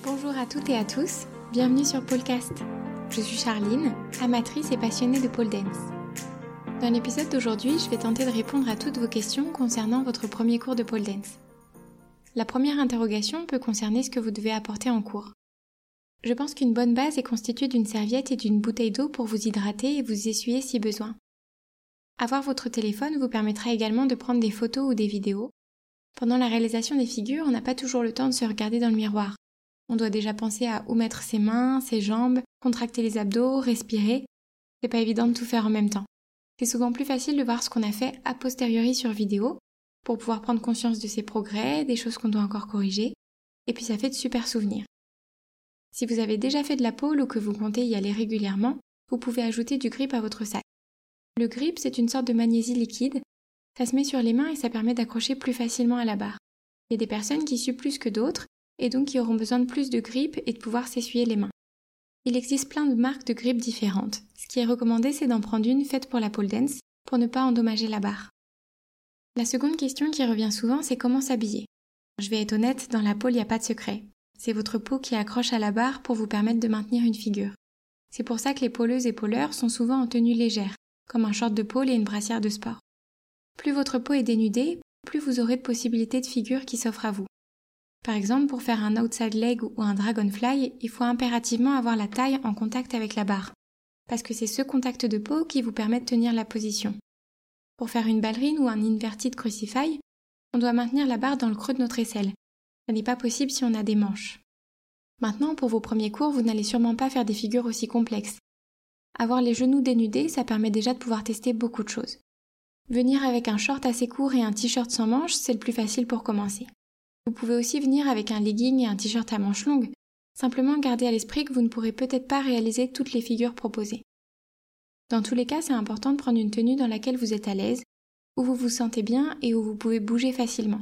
Bonjour à toutes et à tous, bienvenue sur Polecast. Je suis Charline, amatrice et passionnée de pole dance. Dans l'épisode d'aujourd'hui, je vais tenter de répondre à toutes vos questions concernant votre premier cours de pole dance. La première interrogation peut concerner ce que vous devez apporter en cours. Je pense qu'une bonne base est constituée d'une serviette et d'une bouteille d'eau pour vous hydrater et vous essuyer si besoin. Avoir votre téléphone vous permettra également de prendre des photos ou des vidéos. Pendant la réalisation des figures, on n'a pas toujours le temps de se regarder dans le miroir. On doit déjà penser à où mettre ses mains, ses jambes, contracter les abdos, respirer. C'est pas évident de tout faire en même temps. C'est souvent plus facile de voir ce qu'on a fait a posteriori sur vidéo, pour pouvoir prendre conscience de ses progrès, des choses qu'on doit encore corriger, et puis ça fait de super souvenirs. Si vous avez déjà fait de la pole ou que vous comptez y aller régulièrement, vous pouvez ajouter du grip à votre sac. Le grip, c'est une sorte de magnésie liquide. Ça se met sur les mains et ça permet d'accrocher plus facilement à la barre. Il y a des personnes qui suent plus que d'autres, et donc qui auront besoin de plus de grip et de pouvoir s'essuyer les mains. Il existe plein de marques de grip différentes. Ce qui est recommandé, c'est d'en prendre une faite pour la pole dance, pour ne pas endommager la barre. La seconde question qui revient souvent, c'est comment s'habiller. Je vais être honnête, dans la pole, il n'y a pas de secret. C'est votre peau qui accroche à la barre pour vous permettre de maintenir une figure. C'est pour ça que les poleuses et poleurs sont souvent en tenue légère, comme un short de pole et une brassière de sport. Plus votre peau est dénudée, plus vous aurez de possibilités de figures qui s'offrent à vous. Par exemple, pour faire un outside leg ou un dragonfly, il faut impérativement avoir la taille en contact avec la barre, parce que c'est ce contact de peau qui vous permet de tenir la position. Pour faire une ballerine ou un inverted crucify, on doit maintenir la barre dans le creux de notre aisselle. Ça n'est pas possible si on a des manches. Maintenant, pour vos premiers cours, vous n'allez sûrement pas faire des figures aussi complexes. Avoir les genoux dénudés, ça permet déjà de pouvoir tester beaucoup de choses. Venir avec un short assez court et un t-shirt sans manches, c'est le plus facile pour commencer. Vous pouvez aussi venir avec un legging et un t-shirt à manches longues. Simplement gardez à l'esprit que vous ne pourrez peut-être pas réaliser toutes les figures proposées. Dans tous les cas, c'est important de prendre une tenue dans laquelle vous êtes à l'aise, où vous vous sentez bien et où vous pouvez bouger facilement.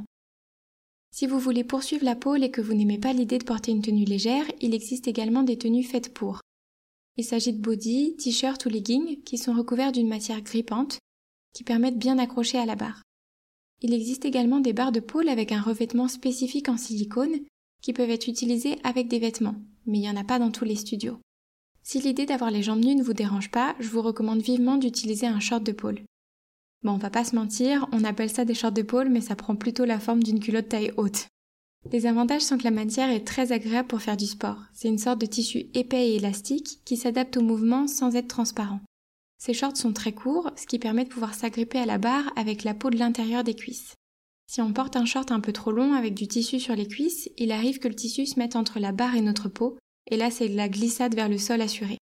Si vous voulez poursuivre la pole et que vous n'aimez pas l'idée de porter une tenue légère, il existe également des tenues faites pour. Il s'agit de body, t-shirt ou leggings qui sont recouverts d'une matière grippante qui permettent bien d'accrocher à la barre. Il existe également des barres de pole avec un revêtement spécifique en silicone qui peuvent être utilisées avec des vêtements, mais il n'y en a pas dans tous les studios. Si l'idée d'avoir les jambes nues ne vous dérange pas, je vous recommande vivement d'utiliser un short de pole. Bon, on va pas se mentir, on appelle ça des shorts de pole, mais ça prend plutôt la forme d'une culotte taille haute. Les avantages sont que la matière est très agréable pour faire du sport. C'est une sorte de tissu épais et élastique qui s'adapte au mouvement sans être transparent. Ces shorts sont très courts, ce qui permet de pouvoir s'agripper à la barre avec la peau de l'intérieur des cuisses. Si on porte un short un peu trop long avec du tissu sur les cuisses, il arrive que le tissu se mette entre la barre et notre peau, et là c'est de la glissade vers le sol assurée.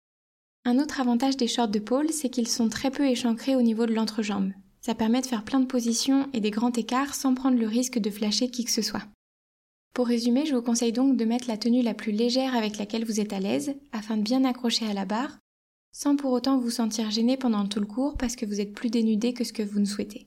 Un autre avantage des shorts de pole, c'est qu'ils sont très peu échancrés au niveau de l'entrejambe. Ça permet de faire plein de positions et des grands écarts sans prendre le risque de flasher qui que ce soit. Pour résumer, je vous conseille donc de mettre la tenue la plus légère avec laquelle vous êtes à l'aise, afin de bien accrocher à la barre, sans pour autant vous sentir gêné pendant tout le cours parce que vous êtes plus dénudé que ce que vous ne souhaitez.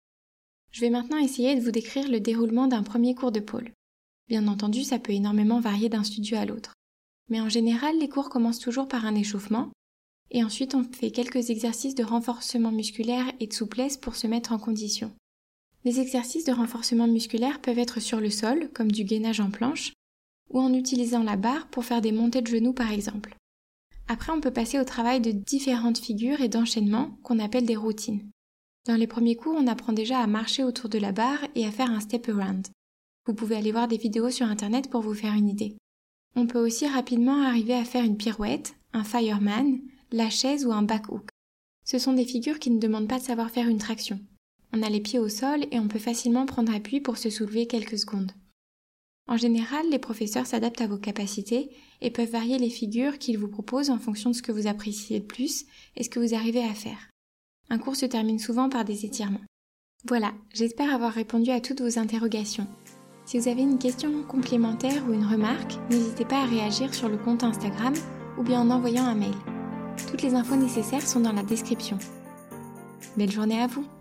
Je vais maintenant essayer de vous décrire le déroulement d'un premier cours de pole. Bien entendu, ça peut énormément varier d'un studio à l'autre. Mais en général, les cours commencent toujours par un échauffement, et ensuite on fait quelques exercices de renforcement musculaire et de souplesse pour se mettre en condition. Les exercices de renforcement musculaire peuvent être sur le sol, comme du gainage en planche, ou en utilisant la barre pour faire des montées de genoux par exemple. Après, on peut passer au travail de différentes figures et d'enchaînements qu'on appelle des routines. Dans les premiers cours, on apprend déjà à marcher autour de la barre et à faire un step around. Vous pouvez aller voir des vidéos sur internet pour vous faire une idée. On peut aussi rapidement arriver à faire une pirouette, un fireman, la chaise ou un back hook. Ce sont des figures qui ne demandent pas de savoir faire une traction. On a les pieds au sol et on peut facilement prendre appui pour se soulever quelques secondes. En général, les professeurs s'adaptent à vos capacités et peuvent varier les figures qu'ils vous proposent en fonction de ce que vous appréciez le plus et ce que vous arrivez à faire. Un cours se termine souvent par des étirements. Voilà, j'espère avoir répondu à toutes vos interrogations. Si vous avez une question complémentaire ou une remarque, n'hésitez pas à réagir sur le compte Instagram ou bien en envoyant un mail. Toutes les infos nécessaires sont dans la description. Belle journée à vous!